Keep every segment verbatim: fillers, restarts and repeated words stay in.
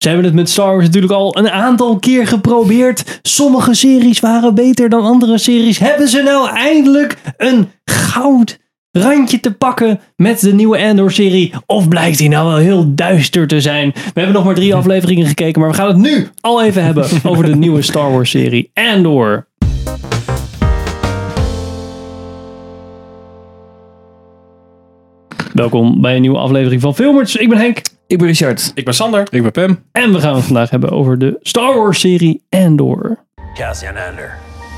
Ze hebben het met Star Wars natuurlijk al een aantal keer geprobeerd. Sommige series waren beter dan andere series. Hebben ze nou eindelijk een goud randje te pakken met de nieuwe Andor-serie? Of blijkt die nou wel heel duister te zijn? We hebben nog maar drie afleveringen gekeken, maar we gaan het nu al even hebben over de nieuwe Star Wars-serie Andor. Welkom bij een nieuwe aflevering van Filmers. Ik ben Henk. Ik ben Richard. Ik ben Sander. Ik ben Pim. En we gaan het vandaag hebben over de Star Wars-serie Andor. Cassian Andor.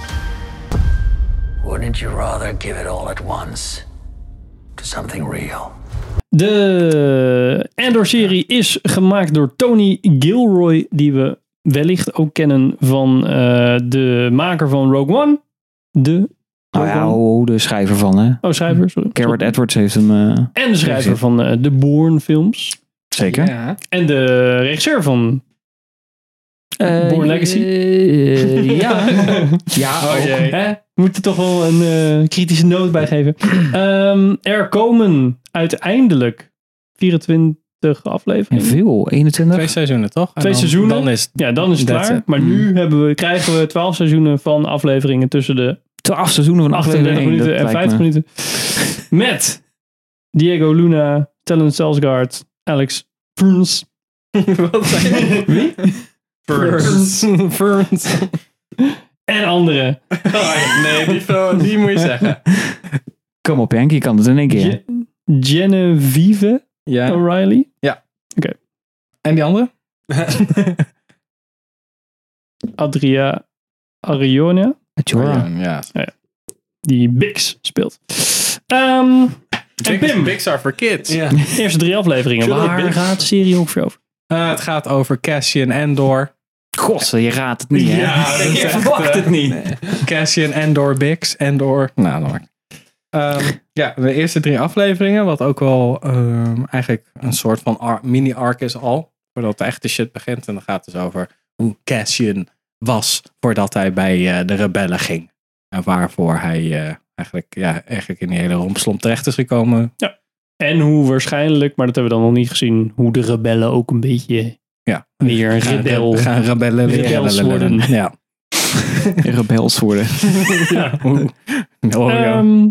Wouldn't you rather give it all at once to something real? De Andor-serie is gemaakt door Tony Gilroy, die we wellicht ook kennen van uh, de maker van Rogue One. De Oh ja, oh, de schrijver van, hè? Oh, schrijver, sorry. Garrett Edwards heeft hem... Uh, en de schrijver van uh, de Bourne films. Zeker. Ja. En de regisseur van uh, Bourne Legacy. Uh, ja. ja, oh, ook. jee. Hè? We moeten toch wel een uh, kritische noot bijgeven. um, er komen uiteindelijk vierentwintig afleveringen. En veel, eenentwintig. Twee seizoenen, toch? Twee dan, seizoenen. Dan is, ja, dan is het klaar. It. Maar mm. nu hebben we, krijgen we twaalf seizoenen van afleveringen tussen de twaalf seizoenen van achtendertig minuten en vijftig minuten. Met Diego Luna, Talon Skarsgård, Alex Ferns. Wat zijn Wie? Ferns. Ferns. En anderen. Oh, nee, die, die moet je zeggen. Kom op Henk, je kan het in één keer. Ge- Genevieve ja. O'Reilly. Ja. Oké. Okay. En die andere? Adria Arjona. Jorah. Ja. Ja. Ja. Die Bix speelt. Um, en Pim. Bix are for kids. Ja. De eerste drie afleveringen. Waar Bix. gaat de serie ongeveer over? Uh, het gaat over Cassian Andor. God, je raadt het niet, hè? Ja, je verwacht het niet. Nee. Cassian Andor Bix. Andor. Nou, dan maar. Um, ja, de eerste drie afleveringen. Wat ook wel um, eigenlijk een soort van ar- mini-arc is al. Voordat de echte shit begint. En dan gaat het dus over hoe Cassian was voordat hij bij uh, de rebellen ging. En waarvoor hij uh, eigenlijk, ja, eigenlijk in die hele rompslomp terecht is gekomen. Ja. En hoe waarschijnlijk, maar dat hebben we dan nog niet gezien, hoe de rebellen ook een beetje ja. meer een rebel gaan, gaan rebellen rebels worden. Ja. Rebels worden. Ja. Oh, um,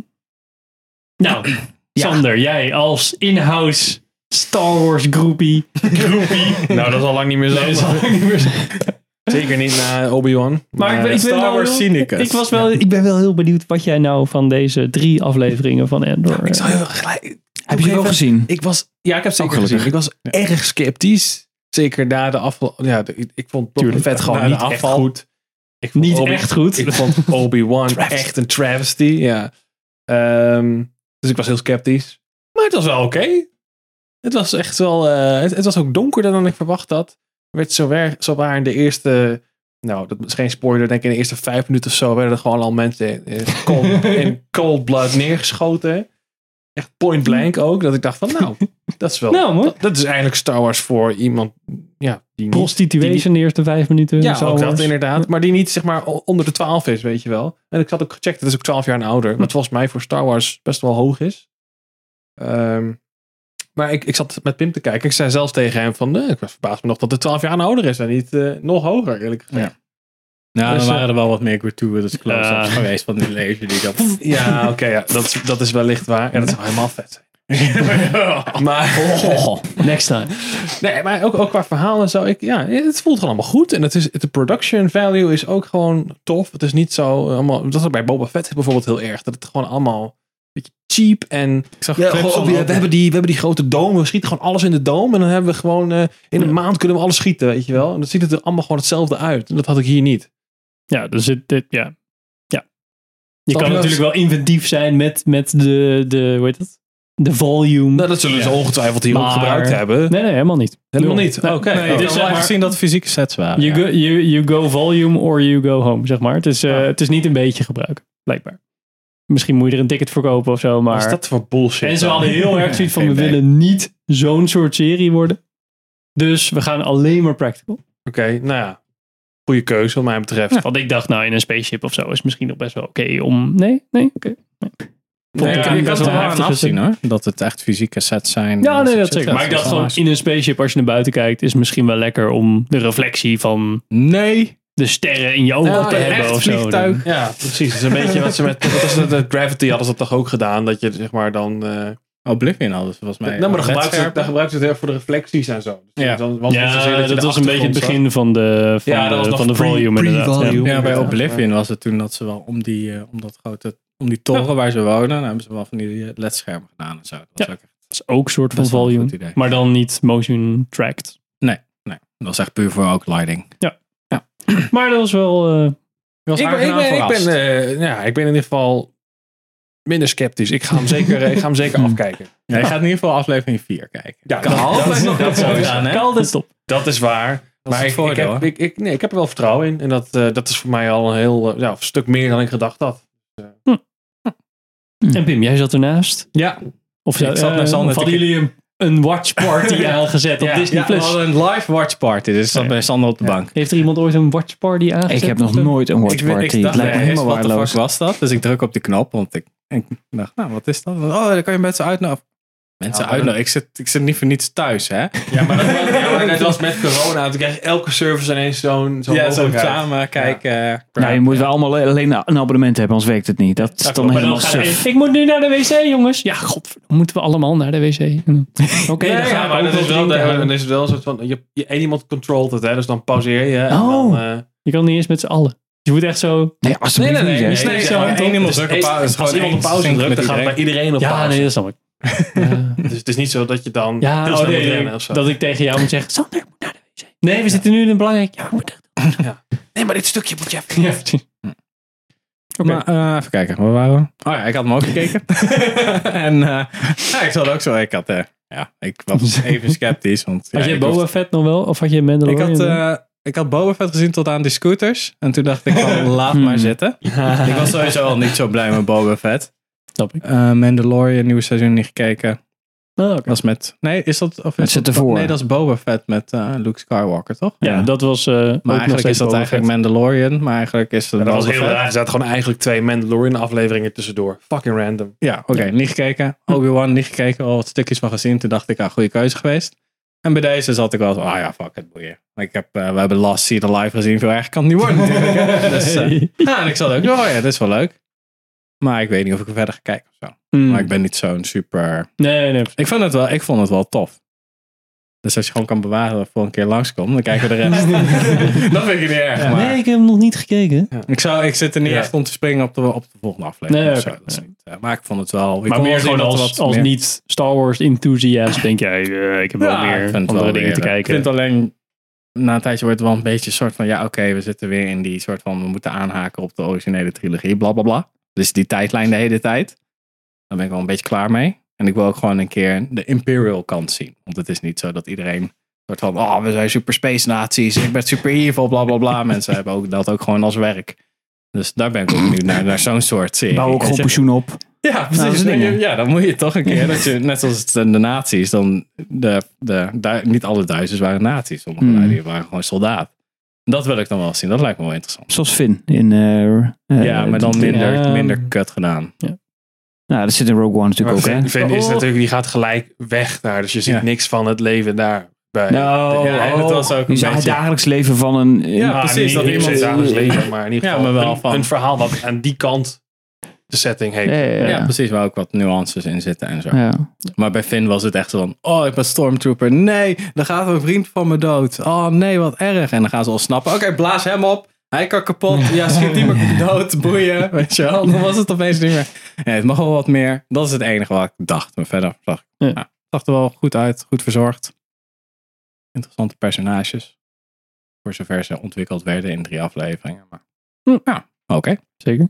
nou, ja. Sander, jij als in-house Star Wars groupie. groupie. Nou, dat is al lang niet meer zo. Nee, dat is al lang niet meer zo. Zeker niet na Obi-Wan. Maar ik, ben, ik, Star ben Wars heel, cynicus. Ik, was wel, ik ben wel heel benieuwd wat jij nou van deze drie afleveringen van Andor... Ja, ik zou heel gelijk... Heb je wel gezien? Ik was, ja, ik heb zeker gelukkig. gezien. Ik was ja. erg sceptisch. Zeker na de afval... Ja, de, ik, ik vond Boba Fett gewoon niet echt goed. Ik vond niet Obi, echt goed. Ik vond Obi-Wan echt een travesty. Ja. Um, dus ik was heel sceptisch. Maar het was wel oké. Okay. Het was echt wel... Uh, het, het was ook donkerder dan ik verwacht had. Werd zo, weer, zo waar in de eerste... Nou, dat is geen spoiler. Denk ik in de eerste vijf minuten of zo werden er gewoon al mensen in cold, in cold blood neergeschoten. Echt point blank ook. Dat ik dacht van nou, dat is wel... Nou, dat, dat is eigenlijk Star Wars voor iemand... Ja, die prostituees in de eerste vijf minuten. Ja, ook dat inderdaad. Maar die niet zeg maar onder de twaalf is, weet je wel. En ik had ook gecheckt, het is ook twaalf jaar en ouder. Hm. Wat volgens mij voor Star Wars best wel hoog is. Um, maar ik, ik zat met Pim te kijken. Ik zei zelfs tegen hem van... Eh, ik verbaas me nog dat het twaalf jaar en ouder is. En niet uh, nog hoger, eerlijk gezegd. Ja. Nou, dus, dan waren er wel wat meer gratuitous close-ups uh, geweest van die laser die dat... Ja, oké, okay, ja, dat, dat is wellicht waar. Ja, dat zou helemaal vet zijn. maar... Oh, next time. Nee, maar ook, ook qua verhaal en zo. Ik, ja, het voelt gewoon allemaal goed. En het is, de production value is ook gewoon tof. Het is niet zo... Allemaal, dat is bij Boba Fett bijvoorbeeld heel erg. Dat het gewoon allemaal... een beetje cheap en... Ik zag ja, gewoon, we, we, hebben die, we hebben die grote dome. We schieten gewoon alles in de dome. En dan hebben we gewoon... Uh, in een maand kunnen we alles schieten, weet je wel. En dan ziet het er allemaal gewoon hetzelfde uit. En dat had ik hier niet. Ja, dus het, dit, ja. ja. Je Zal kan natuurlijk wel inventief zijn met, met de, de, hoe heet dat? De volume. Nou, dat zullen ze ja. ongetwijfeld hier maar, ook gebruikt hebben. Nee, nee, helemaal niet. Helemaal niet? Oké. Okay. Nee, ik heb wel gezien dat het fysieke sets waren. You, ja. go, you, you go volume or you go home, zeg maar. Het is, uh, ja. het is niet een beetje gebruiken, blijkbaar. Misschien moet je er een ticket voor kopen of zo, maar... Wat is dat voor bullshit? En ze hadden heel erg zoiets van, we willen niet zo'n soort serie worden. Dus we gaan alleen maar practical. Oké, okay, nou ja. Goeie keuze wat mij betreft. Ja, want ik dacht, nou in een spaceship of zo is misschien nog best wel oké okay om... Nee, nee, oké. Okay. Vond Nee, ik ja, een je kan best het wel er wel aan heftige afzien hoor. Dat het echt fysieke sets zijn. Ja, nee, dat soort zeker. Maar ik sets. dacht gewoon, in een spaceship, als je naar buiten kijkt, is misschien wel lekker om de reflectie van Nee. de sterren in je ogen Ja, te een hebben echt of zo. vliegtuig. Ja, precies. Dat is een beetje wat ze met... Dat is de, de Gravity hadden ze dat toch ook gedaan. Dat je zeg maar dan... Uh, Oblivion hadden ze volgens mij. nou, maar dan gebruiken ze, ledscherpen. daar gebruiken ze het heel erg voor de reflecties en zo. Dus Ja. dan, was het niet zozeer Ja, je dat de was een beetje het achtergrond begin van de, van Ja, dat was de, nog van de pre- volume inderdaad. pre-volume. Ja. Ja, bij Ja. Oblivion was het toen dat ze wel om die, uh, om dat grote, om die toren waar ze wonen, dan hebben ze wel van die ledschermen gedaan en zo. Dat was Ja. ook echt Dat is ook een soort van best wel een volume. goed idee. Maar dan niet motion tracked. Nee, nee, dat was echt puur voor ook lighting. Maar dat was wel... uh, Was Ik ben, ik, aangenaam ben, ik, verrast. ben, uh, ja, ik ben in ieder geval minder sceptisch. Ik ga hem zeker, ik ga hem zeker afkijken. Ja, je gaat in ieder geval aflevering vier kijken. Ja, Kan dat- altijd dat- nog dat dat sowieso. gedaan, hè? Kan dit op. Dat is waar. Dat is Maar het ik, ik, voordeel, heb, hè? ik, ik, nee, ik heb er wel vertrouwen in. En dat, uh, dat is voor mij al een heel uh, ja, een stuk meer dan ik gedacht had. En Pim, jij zat ernaast? Ja. Of, Ik zat uh, naar Sander of te hadden k- jullie een, een watch party aangezet op Ja, Disney+. Ja, we Plus? hadden een live watch party, dus ik zat bij Sander op de bank. Heeft er iemand ooit een watch party aangezet? Ik heb nog nooit een watch Ik, weet- party. ik Het dacht lijkt me eerst, helemaal wat de waardeloos. fuck was dat? Dus ik druk op die knop, want ik, ik dacht, nou, wat is dat? Oh, dan kan je mensen uitnodigen. Mensen Ja, maar uitnodigen. Ik zit, ik zit niet voor niets thuis, hè? Ja, maar dat was, ja, maar net als met corona. Toen kreeg elke service ineens zo'n zo'n Ja, zo mogelijkheid. samen kijken. Nou, je moet wel allemaal alleen een abonnement hebben, anders werkt het niet. Dat is dan Maar helemaal dan ga je- suf. ik moet nu naar de wc, jongens. Ja, god, moeten we allemaal naar de wc? Oké, Nee, dan ja, ga ik maar ook dat wel is wel, drinken. dan is het wel een soort van... Je, je, één iemand controlt het, hè. Dus dan pauzeer je. En Oh. dan, uh, Je kan niet eens met z'n allen. Je moet echt zo... Nee, alsjeblieft niet, hè. nee, nee, ja, zo, maar toch? één iemand Dus drukt op pauze. als Gewoon iemand op één pauze sync drukt, dan met gaat bij iedereen op Ja, pauze. nee, dat snap ik. Ja, Dus het is niet zo dat je dan ja heel oh, snel nee, moet nee, rennen of zo. dat ik tegen jou moet zeggen... Sander, moet naar de wc. Nee, we zitten nu in een belangrijk... Ja, we moeten echt... Nee, maar dit stukje moet je even... Ja, precies. Oké. Maar uh, even kijken, waar waren we? Oh ja, ik had hem ook gekeken. en uh, ja, ik zat ook zo, ik had, uh, ja, ik was even sceptisch. Want, ja, Had je ik Boba hoefde- Fett nog wel? Of had je ik Mandalorian? had, uh, ik had Boba Fett gezien tot aan die scooters. En toen dacht ik van, laat maar zitten. Ik was sowieso al niet zo blij met Boba Fett. Snap ik. Uh, Mandalorian, nieuwe seizoen niet gekeken. Oh, oké. Dat is met, nee, is dat, of Het is zit dat, ervoor. nee, dat is Boba Fett met uh, Luke Skywalker, toch? Ja, dat was... uh, ook nog Maar eigenlijk steeds is dat Boba eigenlijk Fett. Mandalorian, maar eigenlijk is het Dat was Boba heel Fett. raar. Er zaten gewoon eigenlijk twee Mandalorian afleveringen tussendoor. Fucking random. Ja, oké, okay, niet gekeken. Obi-Wan niet gekeken, al wat stukjes van gezien. Toen dacht ik, ah, goede keuze geweest. En bij deze zat ik wel zo, ah ja, fuck het, boeien. Ik heb, uh, we hebben Last Season live gezien, veel erg kan het niet worden natuurlijk. Hè? Dus, uh, ja, en ik zat ook, oh ja, dit is wel leuk. Maar ik weet niet of ik er verder ga kijken of zo. Mm. Maar ik ben niet zo'n super... Nee, nee. Ik vond het wel, ik vond het wel tof. Dus als je gewoon kan bewaren voor een keer langskomt, dan kijken we de rest. Dat vind ik niet erg. Ja. Maar Nee, ik heb hem nog niet gekeken. ik, zou, ik zit er niet Ja. echt om te springen op de, op de volgende aflevering. Nee, of zo. oké. Dat is niet, uh, maar ik vond het wel... Ik Maar kon meer wel zien gewoon dat er als, wat als meer- niet Star Wars enthusiast denk jij, uh, ik heb wel Ja, ik meer vind het andere wel dingen te weer, kijken. Ik vind alleen, na een tijdje wordt het wel een beetje een soort van, ja oké, okay, we zitten weer in die soort van, we moeten aanhaken op de originele trilogie, bla bla bla. Dus die tijdlijn de hele tijd. Daar ben ik wel een beetje klaar mee. En ik wil ook gewoon een keer de Imperial kant zien. Want het is niet zo dat iedereen soort van, oh, we zijn super space nazi's, ik ben super evil, bla bla bla. Mensen hebben ook dat ook gewoon als werk. Dus daar ben ik ook benieuwd naar, naar zo'n soort serie. Bouw ook gewoon pensioen op. Ja, Nou, precies. dat is Dan- dingen. ja, dan moet je toch een keer, dat je, net zoals de nazi's, dan de, de, de, niet alle Duitsers waren nazi's. Sommige Hmm. die waren gewoon soldaat. Dat wil ik dan wel zien. Dat lijkt me wel interessant. Zoals Finn in... uh, uh, Ja, maar dan minder, ja. minder kut gedaan. Nou, dat zit in Rogue One natuurlijk Maar ook, hè? Finn, Finn is natuurlijk, die gaat gelijk weg daar. Dus je ziet Ja. niks van het leven daar. Bij. Nou, Ja, en het was ook die een zijn het beetje... dagelijks leven van een... Ja, Ah, precies, niet- dat niet iemand- per se dagelijks leven, maar in ieder Ja, geval maar wel een, van- een verhaal wat aan die kant de setting heeft. Ja, ja, Ja, ja. precies, waar ook wat nuances in zitten en zo. Ja. Maar bij Finn was het echt zo van, oh, ik ben Stormtrooper. Nee, dan gaat een vriend van me dood. Oh nee, wat erg. En dan gaan ze al snappen, oké, blaas hem op. Hij kan kapot. Ja, schiet die maar dood. Boeien. Weet je wel. Dan was het opeens niet meer. Nee, het mag wel wat meer. Dat is het enige wat ik dacht. Maar verder zag ik. Ja. Ja, het zag er wel goed uit. Goed verzorgd. Interessante personages. Voor zover ze ontwikkeld werden in drie afleveringen. Maar Hm. ja, oké. Zeker.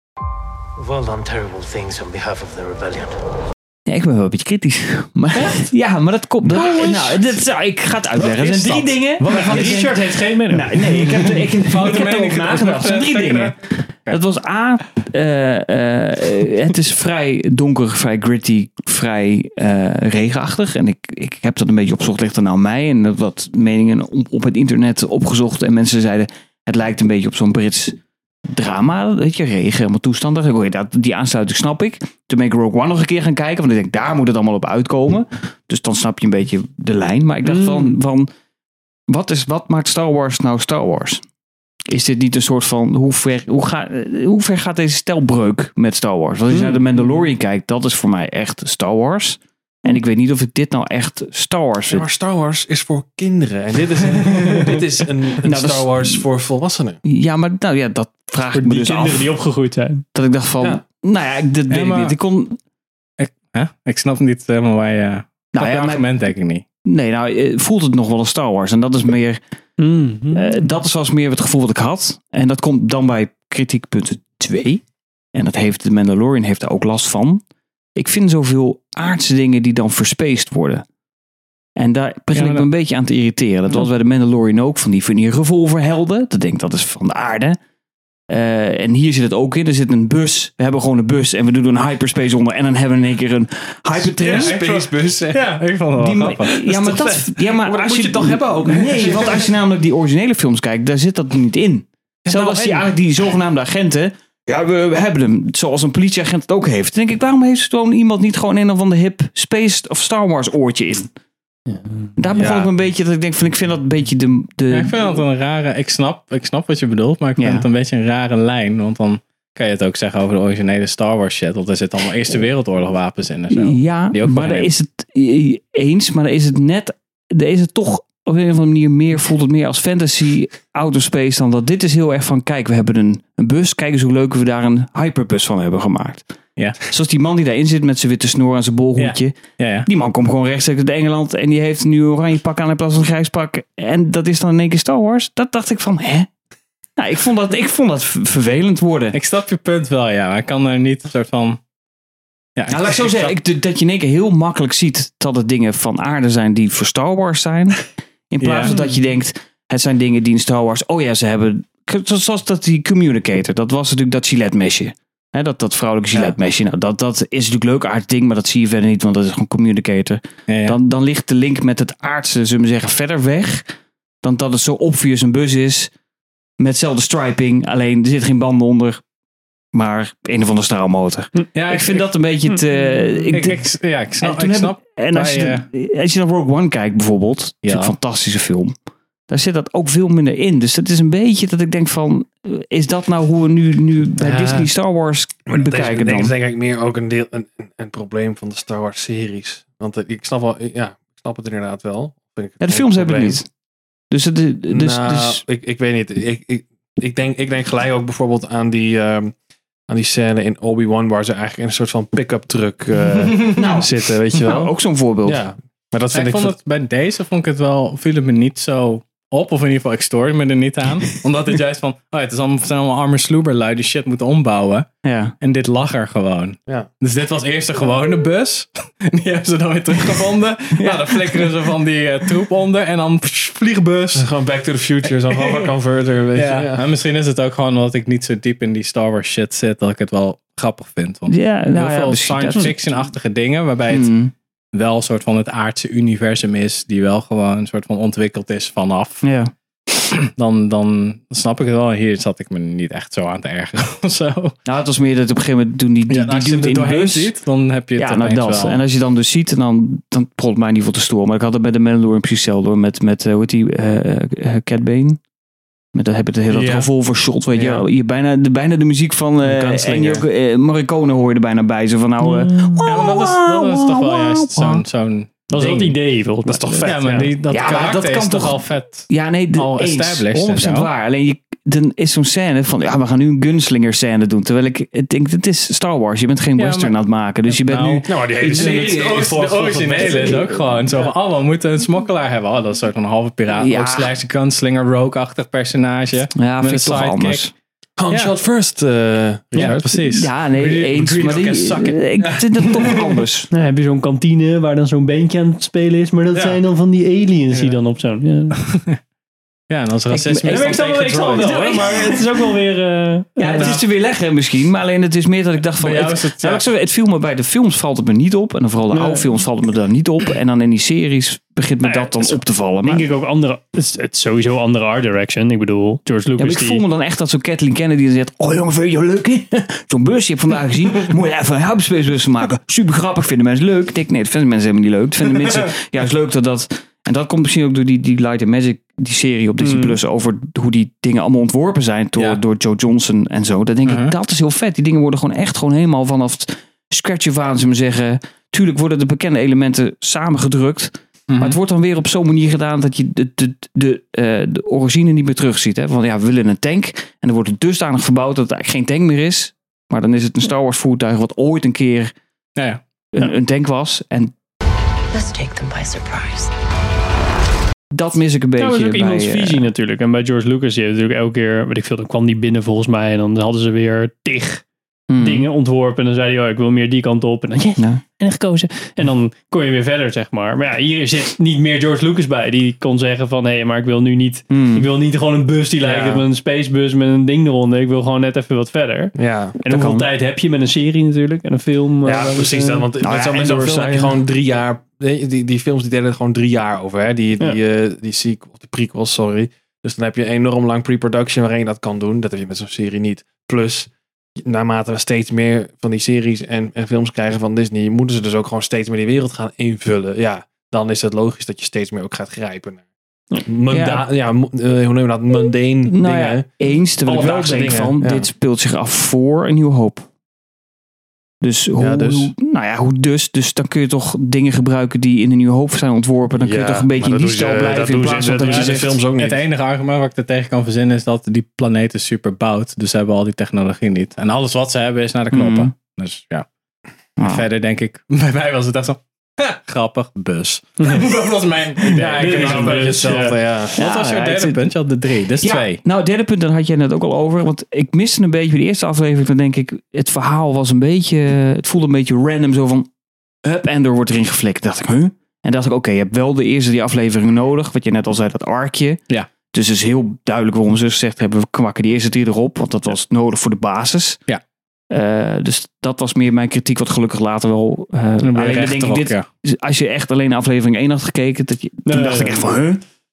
We've all done terrible things on behalf of the rebellion. Ja, ik ben wel een beetje kritisch. Maar, ja, maar dat komt... Dat, nou, dat, zou- ik ga het uitleggen. Het zijn drie dingen. waarvan ik denk- Richard heeft geen mening. Nou, nee, ik heb, er- ik, ik, ik heb mening. erover nagedacht. Het zijn drie dingen. Dat was A, uh, uh, het is vrij donker, vrij gritty, vrij uh, regenachtig. En ik, ik heb dat een beetje opgezocht, ligt er nou aan mij. En dat wat meningen op, op het internet opgezocht. En mensen zeiden, het lijkt een beetje op zo'n Brits drama, weet je, regen, helemaal toestanden. Dan hoor je dat, die aansluiting snap ik. Toen ben ik Rogue One nog een keer gaan kijken, want ik denk, daar moet het allemaal op uitkomen. Dus dan snap je een beetje de lijn. Maar ik dacht Mm. van, van wat, is, wat maakt Star Wars nou Star Wars? Is dit niet een soort van, hoe ver, hoe ga, hoe ver gaat deze stijlbreuk met Star Wars? Want als je Mm. naar de Mandalorian kijkt, dat is voor mij echt Star Wars. En ik weet niet of ik dit nou echt Star Wars Ja, vind. maar Star Wars is voor kinderen. En dit is een, dit is een, een Nou, dat is- Star Wars voor volwassenen. Ja, maar nou ja, dat vraag Voor ik me die dus kinderen af. die opgegroeid zijn. Dat ik dacht van, Ja. nou ja, ik- dit weet Ja, ik maar- niet. Ik kon, Ik, hè? ik snap niet helemaal waar je... nou Nou, ja, je mijn- argument denk ik niet. nee, nou eh, voelt het nog wel als Star Wars. En dat is meer, Mm. eh, dat is was meer het gevoel wat ik had. En dat komt dan bij kritiekpunt twee. En dat heeft de Mandalorian heeft er ook last van. Ik vind zoveel aardse dingen die dan verspaced worden. En daar begin Ja, ik me dat- een beetje aan te irriteren. Dat was bij de Mandalorian ook, van die, van die revolverhelden. Dat denk ik, dat is van de aarde. Eh, en hier zit het ook in. Er zit een bus. We hebben gewoon een bus en we doen een hyperspace onder. En dan hebben we in één keer een hypertrain. Spacebus. Ja, ik vond het wel Die ma- grappig. ja, maar toch dat, vet? ja, maar Maar als moet je toch hebben ook, hè? Nee, want als je namelijk die originele films kijkt, daar zit dat niet in. Zoals die, eigenlijk die zogenaamde agenten. Ja, we, we hebben hem. Zoals een politieagent het ook heeft. Dan denk ik, waarom heeft gewoon iemand niet gewoon een of ander hip Space of Star Wars oortje in? Daar begon Ja. ik me een beetje, dat ik denk, van, ik vind dat een beetje de... de Ja, ik vind dat een rare... Ik snap, ik snap wat je bedoelt, maar ik vind Ja. het een beetje een rare lijn. Want dan kan je het ook zeggen over de originele Star Wars shit. Want er zitten allemaal Eerste Wereldoorlog wapens in en zo. ja, Die ook maar daar gewoon is het eh, eens, maar daar is het net, daar is het toch op een of andere manier meer, voelt het meer als fantasy outer space dan dat. Dit is heel erg van, kijk, we hebben een, een bus, kijk eens hoe leuk we daar een hyperbus van hebben gemaakt. Ja. Zoals die man die daarin zit met zijn witte snor en zijn bolhoedje. Ja, ja. Die man komt gewoon rechtstreeks uit Engeland en die heeft nu een oranje pak aan in plaats van een grijs pak. En dat is dan in één keer Star Wars. Dat dacht ik van, hè? Nou, ik vond dat, ik vond dat v- vervelend worden. Ik snap je punt wel, ja. Maar ik kan er niet een soort van... Ja, Nou, laat ik zo zeggen, ik, dat je in één keer heel makkelijk ziet dat het dingen van aarde zijn die voor Star Wars zijn. In plaats Ja. van dat je denkt, het zijn dingen die in Star Wars, oh ja, ze hebben, zoals dat die communicator, dat was natuurlijk dat Gillette mesje. Hè, dat, dat vrouwelijke Gillette mesje. Nou, dat, dat is natuurlijk leuk aardig ding, maar dat zie je verder niet, want dat is gewoon communicator. Ja, ja. Dan, dan ligt de link met het aardse, zullen we zeggen, verder weg. Dan dat het zo obvious een bus is. Met hetzelfde striping, alleen er zit geen banden onder. Maar een of andere straalmotor. ja, ik vind dat een beetje te... ik, Ik, ik, ja, ik snap, en toen ik heb snap ik- en als je, bij, de- als je naar Rogue One kijkt bijvoorbeeld, dat is Ja. een fantastische film. Daar zit dat ook veel minder in. Dus het is een beetje dat ik denk van, eh, is dat nou hoe we nu, nu bij Ja. Disney Star Wars Maar dat is, bekijken denk, dan? is denk ik meer ook een, deel, een, een, een probleem van de Star Wars series. Want eh, ik snap wel, ja, ik snap het inderdaad wel. Vind ik Ja, de een films hebben het probleem. niet. Dus, het, dus, nou, dus ik, ik weet niet. Ik, ik, ik, denk, ik denk gelijk ook bijvoorbeeld aan die, ehm, aan die scène in Obi-Wan waar ze eigenlijk in een soort van pick-up truck eh, nou, zitten, weet je wel. nou, ook zo'n voorbeeld. Ja, maar dat vind ik ik... vond het, bij deze vond ik het wel, viel het me niet zo op. Of in ieder geval, ik stoorde me er niet aan. Omdat het juist van, oh ja, het, is allemaal, het zijn allemaal arme sloeberlui die shit moeten ombouwen. Ja. En dit lag er gewoon. Ja. Dus dit was eerst een gewone bus. En die hebben ze dan weer teruggevonden. Ja, dan flikkeren ze van die eh, troep onder. En dan psh, vliegbus. Gewoon Back to the Future, zo'n hover converter, weet Ja. je. Ja. Maar misschien is het ook gewoon omdat ik niet zo diep in die Star Wars shit zit. Dat ik het wel grappig vind. Want Ja, nou heel ja, veel misschien science dat- fiction-achtige dingen. Waarbij het Hmm, wel een soort van het aardse universum is. Die wel gewoon een soort van ontwikkeld is vanaf. ja. Dan, dan snap ik het wel. Hier zat ik me niet echt zo aan te ergeren of zo. Nou, het was meer dat op een gegeven moment toen die, die, Ja, die als je dude er in de doorheen bus ziet, dan heb je het ja, nou opeens dat. wel. En als je dan dus ziet, dan, dan prolt mij in ieder geval te storen. Maar ik had het bij de Mandalorian precies hetzelfde hoor. Met, met uh, hoe heet die, uh, uh, Cat Bane. Met dat heb je het hele Ja. revolver shot, weet je Ja. wel. Je bijna de, bijna de muziek van uh, Gunslinger. en je ook, uh, Morricone hoor je er bijna bij. Zo van nou... Uh, Ja, maar dat is, dat is toch wel juist zo'n... zo'n Dat is wel het idee, volgens Dat is toch vet, ja, maar ja. die, dat Ja, maar karakter dat kan is toch toch- al vet. ja, nee, de, Al eens, established en honderd procent zo. waar. Alleen je, dan is zo'n scène van, ja, we gaan nu een gunslinger scène doen. Terwijl ik, ik denk, het is Star Wars. Je bent geen Ja, western maar- aan het maken. Dus je bent Nou, nu... Nou, maar die hele De, serie de, is de, de originele is ook gewoon zo van, oh, we moeten een smokkelaar hebben. Oh, dat is een soort van halve piraat. Ja. Ook slash gunslinger, rogue-achtig personage. Ja, met vind ik een toch sidekick. anders. Han Ja. shot first, uh, Ja, Richard. precies. Ja, nee, Greedo- eens. Greedo Maar die, can suck it. ik vind het toch anders. Dan heb je zo'n kantine waar dan zo'n beentje aan het spelen is. Maar dat Ja. zijn dan van die aliens die dan op zo'n... Ja. Ja, en als racisme Ja, is maar ik dan snap wel, take ik it snap het right. wel, hoor, maar het is ook wel weer... eh, Ja, het is te weerleggen misschien. Maar alleen het is meer dat ik dacht van... Bij jou Het, is het, nou, ja. ik zeg, het viel me bij de films valt het me niet op. En dan vooral de Nee. oude films valt het me daar niet op. En dan in die series begint me Nou ja, dat dan het is- op te vallen. denk Maar, ik ook andere... Het is, het is sowieso andere art direction. Ik bedoel, George ja, Lucas maar ik die... voel me dan echt dat zo'n Kathleen Kennedy dan zegt... Oh jongen, vind je het leuk? Hè? Zo'n bus, die heb ik vandaag gezien. Moet je even een hyperspace bus maken. Super grappig, vinden mensen leuk. Ik denk, nee, dat vinden mensen helemaal niet leuk. Dat vinden mensen juist leuk dat dat... En dat komt misschien ook door die, die Light and Magic, die serie op Disney Mm. Plus, over hoe die dingen allemaal ontworpen zijn door, Ja. door Joe Johnson en zo. Dan denk Uh-huh. ik, dat is heel vet. Die dingen worden gewoon echt gewoon helemaal vanaf het scratch af aan, zullen we zeggen. Tuurlijk worden de bekende elementen samengedrukt. Mhm. Maar het wordt dan weer op zo'n manier gedaan dat je de, de, de, eh, de origine niet meer terugziet. Hè? Want ja, we willen een tank. En dan wordt het dusdanig verbouwd dat het eigenlijk geen tank meer is. Maar dan is het een Star Wars voertuig wat ooit een keer Ja, ja. een, een tank was. En Let's take them by surprise. dat mis ik een beetje. Ja, dat is ook bij, iemands eh, visie natuurlijk. En bij George Lucas, die heeft natuurlijk elke keer, weet ik veel, dan kwam die binnen volgens mij en dan hadden ze weer tig hmm. dingen ontworpen. En dan zei hij, oh, ik wil meer die kant op. En dan, ja, Ja. en gekozen. En dan kon je weer verder, zeg maar. Maar ja, hier zit niet meer George Lucas bij. Die kon zeggen van, hé, maar ik wil nu niet, Hmm. ik wil niet gewoon een bus die lijkt Ja. op een spacebus met een ding eronder. Ik wil gewoon net even wat verder. Ja, En hoeveel kan. tijd heb je met een serie natuurlijk? En een film. ja eh, precies. eh, Dat, want nou met ja, zo'n en met zo'n door film heb je zijn- gewoon drie jaar... Die, die, die films die deden er gewoon drie jaar over. Hè? Die, die, Ja. eh, die sequel, of die prequels, sorry. Dus dan heb je enorm lang pre-production waarin je dat kan doen. Dat heb je met zo'n serie niet. Plus, naarmate we steeds meer van die series en, en films krijgen van Disney, moeten ze dus ook gewoon steeds meer die wereld gaan invullen. Ja, dan is het logisch dat je steeds meer ook gaat grijpen naar munda- ja. Ja, mo- eh, hoe noem je dat? Mundane Nou dingen. ja, eens. Terwijl ik wel Alledaagse denk dingen, van, ja. dit speelt zich af voor Een Nieuwe Hoop. Dus hoe, Ja, dus. hoe- nou ja, hoe dus? Dus dan kun je toch dingen gebruiken die in Een Nieuwe Hoop zijn ontworpen. Dan kun je Ja, toch een beetje maar in dat die doen stijl ze- blijven. dat in doen ze- plaats van dat dat doen je ze in zegt, films ook niet. Het enige argument wat ik er tegen kan verzinnen is dat die planeet is super bouwd. Dus ze hebben al die technologie niet. En alles wat ze hebben is naar de knoppen. Mhm. Dus ja. ah, Verder denk ik, bij mij was het echt zo, ha, grappig, bus. dat was mijn idee. Ja, ik Dit heb is ook een een beetje bus, hetzelfde, ja. Wat Ja, was jouw ja, derde het- punt? Je had de drie, dus ja, twee. nou, het derde punt, daar had jij net ook al over. Want ik miste een beetje bij de eerste aflevering. Dan denk ik, het verhaal was een beetje, het voelde een beetje random. Zo van, hup, en er wordt erin geflikt. Dacht ik, huh? En dacht ik, oké, je hebt wel de eerste die aflevering nodig. Wat je net al zei, dat arkje. Ja. Dus het is heel duidelijk waarom ze gezegd hebben, we kwakken die eerste drie erop. Want dat was nodig voor de basis. Ja. Eh, dus dat was meer mijn kritiek, wat gelukkig later wel. Uh, alleen dan denk ik, dit, ja. als je echt alleen aflevering één had gekeken, dat je, toen Nee, dacht ik echt van, nee. huh?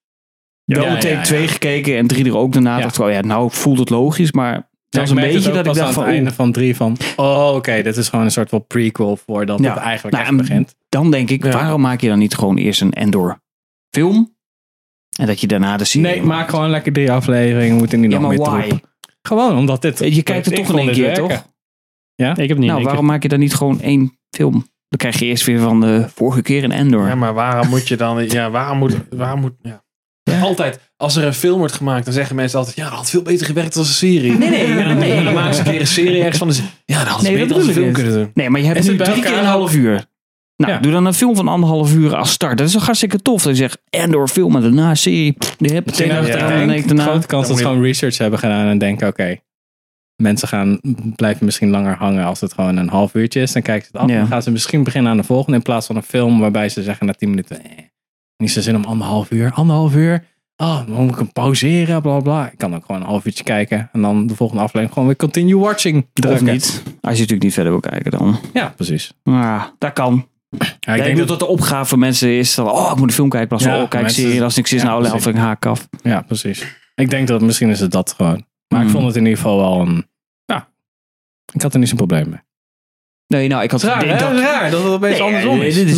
Wel Ja, meteen ja, ja. twee gekeken en drie er ook daarna. Ja. dacht ik wel, ja, nou voelt het logisch, maar dat Ja, was ik een merkte beetje het ook dat ik pas dacht aan van, het oeh, einde van drie van, oh oké, dit is gewoon een soort van prequel voordat Ja. het eigenlijk Nou, echt en begint. dan denk ik, Ja. waarom maak je dan niet gewoon eerst een Endor film? En dat je daarna de serie Nee, maak gewoon lekker drie afleveringen, moet er niet Ja, nog maar meer why? troep. Gewoon omdat dit... Je kijkt er ik toch in vond één dit keer, werken. toch? Ik heb het niet. Nou, ik- waarom maak je dan niet gewoon één film? Dan krijg je eerst weer van de vorige keer een Endor. Ja, maar waarom moet je dan... Ja, waarom moet... Waarom moet ja. Altijd, als er een film wordt gemaakt, dan zeggen mensen altijd, ja, dat had veel beter gewerkt als een serie. Nee, nee, En dan, nee. en dan maken ze een keer een serie ergens van. Dus, ja, dat hadden ze Nee, dat beter als een bedoel film ik kunnen doen. Nee, maar je hebt Is nu het bij drie keer elkaar een half uur. Nou, Ja. doe dan een film van anderhalf uur als start. Dat is toch hartstikke tof. Dan zeg je Endor film en daarna serie. Pff, Die heb meteen Ja, achteraan ik en dan denk, denk ik daarna. grote kans dat Dan ze moet gewoon research hebben gedaan en denken, oké, mensen gaan blijven misschien langer hangen als het gewoon een half uurtje is. Dan kijken ze het af Ja. en gaan ze misschien beginnen aan de volgende in plaats van een film waarbij ze zeggen na tien minuten, eh, niet zo zin om anderhalf uur, anderhalf uur. Oh, dan moet ik hem pauzeren, bla bla. Ik kan ook gewoon een half uurtje kijken en dan de volgende aflevering gewoon weer continue watching Of drukken. niet. Als je natuurlijk niet verder wil kijken dan. Ja, precies. Ah, dat kan. Ja, ik ik denk denk dat dat, dat de opgave voor mensen is. Dan, oh, ik moet een film kijken. Als Ja, oh, kijk mensen- serie. Als niks is, ja, nou, precies. aflevering haak af. ja, precies. Ik denk dat misschien is het dat gewoon. Maar ik Hmm. vond het in ieder geval wel een, ja, ik had er niet zo'n probleem mee. Nee, nou, ik had... Raar, ik hè? dacht- Raar dat het opeens Nee, andersom nee, is. dit is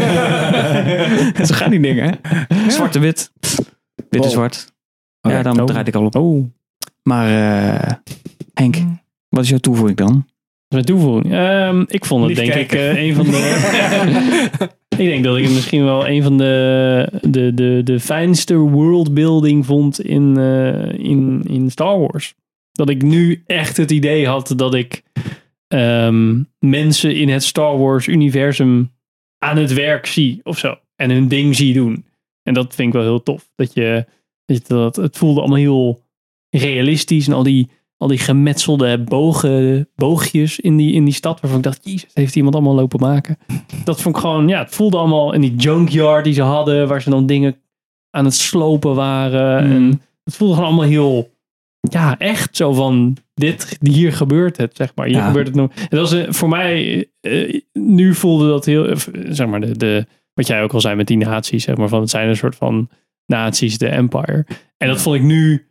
Zo gaan die dingen, hè? Zwart en wit. Wit en Wow. zwart. Oké. Ja, dan Oh. draait ik al op. Oh. Maar eh Henk, wat is jouw toevoeging dan? Mijn toevoeging. Ehm, ik vond het Niet denk kijken. ik eh, een van de... ik denk dat ik het misschien wel een van de, de, de, de fijnste worldbuilding vond in, eh, in, in Star Wars. Dat ik nu echt het idee had dat ik ehm, mensen in het Star Wars universum aan het werk zie of zo. En hun ding zie doen. En dat vind ik wel heel tof. Dat je, dat je dat, het voelde allemaal heel realistisch en al die al die gemetselde bogen, boogjes in die, in die stad. Waarvan ik dacht, jezus, heeft iemand allemaal lopen maken. Dat vond ik gewoon, ja, het voelde allemaal in die junkyard die ze hadden. Waar ze dan dingen aan het slopen waren. Mm. En het voelde gewoon allemaal heel, ja, echt zo van, dit, hier gebeurt het, zeg maar. Hier Ja. gebeurt het nog. Het was uh, voor mij, uh, nu voelde dat heel, uh, zeg maar, de, de, wat jij ook al zei met die naties, zeg maar, van het zijn een soort van naties, de Empire. En dat vond ik nu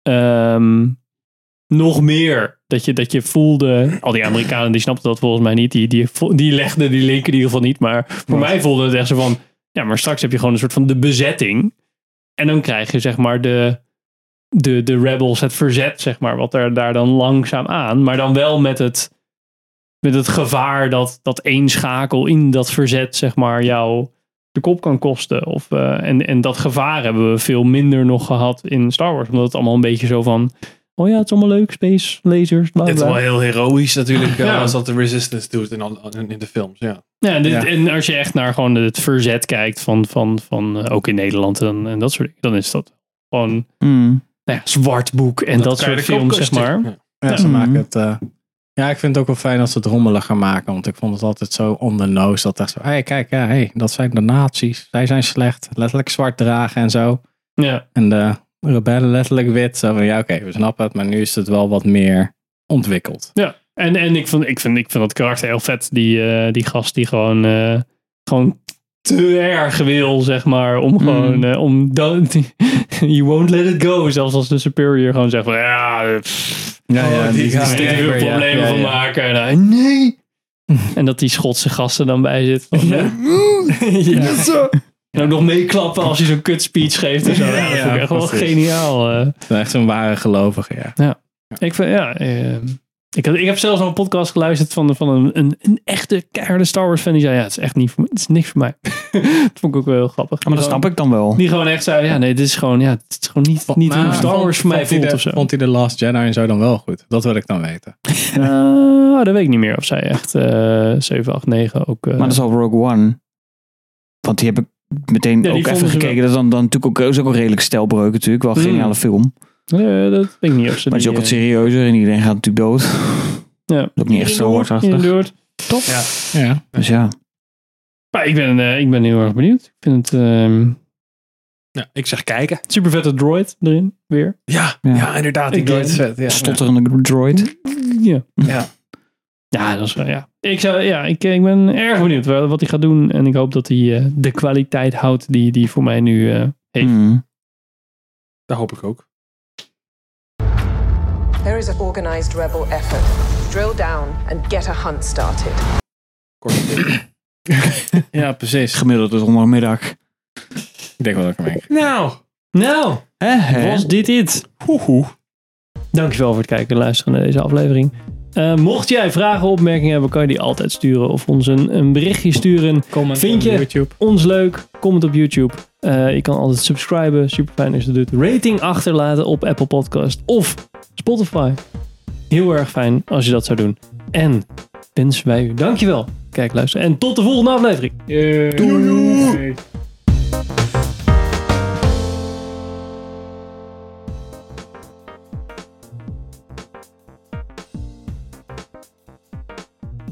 um, nog meer. Dat je, dat je voelde, al die Amerikanen die snapten dat volgens mij niet. Die, die, die legden die link in ieder geval niet. Maar voor ja. mij voelde het echt zo van, ja, maar straks heb je gewoon een soort van de bezetting. En dan krijg je zeg maar de, de, de rebels, het verzet, zeg maar, wat er daar dan langzaam aan. Maar dan wel met het, met het gevaar dat, dat één schakel in dat verzet, zeg maar, jou de kop kan kosten. Of, uh, en, en dat gevaar hebben we veel minder nog gehad in Star Wars. Omdat het allemaal een beetje zo van, oh ja, het is allemaal leuk, space, lasers, bla bla. Het is wel heel heroïs natuurlijk, ja. uh, als dat de Resistance doet in, in, in de films, ja. Ja, en, dit, Ja. en als je echt naar gewoon het verzet kijkt van, van, van uh, ook in Nederland en, en dat soort dingen, dan is dat gewoon Mm. nou ja, zwart boek en dat, dat soort films, zeg maar. Ja. Ja, ze Mhm. maken het... Uh, ja, ik vind het ook wel fijn dat ze het rommeliger maken. Want ik vond het altijd zo on the nose. Dat echt zo, hé, hey, kijk, ja, hey, dat zijn de nazi's. Zij zijn slecht. Letterlijk zwart dragen en zo. Ja. En de rebellen letterlijk wit. Zo van, ja, oké, okay, we snappen het. Maar nu is het wel wat meer ontwikkeld. Ja, en, en ik, vond, ik, vind, ik vind dat karakter heel vet. Die, uh, die gast die gewoon, uh, gewoon te erg wil, zeg maar. Om gewoon, Mm. uh, om don't, you won't let it go. Zelfs als de superior gewoon zegt van, ja, pff, Ja, oh, ja, die, die die gaan er veel weer, ja. problemen Ja, van ja. maken. En hij, nee. En dat die Schotse gasten dan bij zit. Van, Ja. ja. Zo. En ook nog meeklappen als hij zo'n kut speech geeft en zo. Ja, dat Ja, vond ik echt wel precies. geniaal. Uh. Het is echt zo'n ware gelovige, ja. Ik, vind, ja, uh, ik, ik heb zelfs nog een podcast geluisterd van, van een, een, een echte keiharde Star Wars fan. Die zei, ja, het is echt niet voor, het is niks voor mij. Dat vond ik ook wel heel grappig. Maar dat snap ik dan wel. Die gewoon echt zei, ja, nee, dit is gewoon, ja, het is gewoon niet, niet Maar hoe Star Wars voor mij vond hij voelt de- of zo. Vond hij de Last Jedi en zo dan wel goed? Dat wil ik dan weten. Uh, dat weet ik niet meer of zij echt uh, zeven, acht, negen ook... Uh, Maar dat is al Rogue One. Want die heb ik meteen Ja, die ook even vonden ze gekeken. Dat is dan, dan natuurlijk ook, is ook een redelijk stijlbreuk natuurlijk. Wel een Mm. geniale film. uh, dat weet ik niet of ze Maar het is die, ook wat uh, serieuzer. En iedereen gaat natuurlijk dood. ja. Dat is ook niet echt zo hardachtig. Inderdaad. Top. Ja. Ja. Dus ja. Maar ik ben, uh, ik ben heel erg benieuwd. Ik vind het um, Ja, ik zeg kijken. super vette droid erin, weer. Ja, Ja. ja. inderdaad. Die Ik, droid is uh, vet. Ja. Stotterende droid. Ja. Ja. Ja, dat is wel, ja. Ik, zou, ja ik, ik ben erg benieuwd wat wat hij gaat doen. En ik hoop dat hij uh, de kwaliteit houdt die hij voor mij nu uh, heeft. Mm. Dat hoop ik ook. There is an organized rebel effort. Drill down and get a hunt started. Korte ding. Ja, precies. Gemiddelde zondagmiddag. Ik denk wel dat ik hem heen. Nou. Nou, Hè, hè? was dit het? Hoehoe. Dankjewel voor het kijken en luisteren naar deze aflevering. Uh, mocht jij vragen of opmerkingen hebben, kan je die altijd sturen. Of ons een, een berichtje sturen. Comment Vind je op YouTube. ons leuk? Comment op YouTube. Uh, je kan altijd subscriben. Super fijn als je dat doet. Rating achterlaten op Apple Podcast of Spotify. Heel erg fijn als je dat zou doen. En wensen wij u dankjewel. Kijk, luisteren. En tot de volgende aflevering. Doei.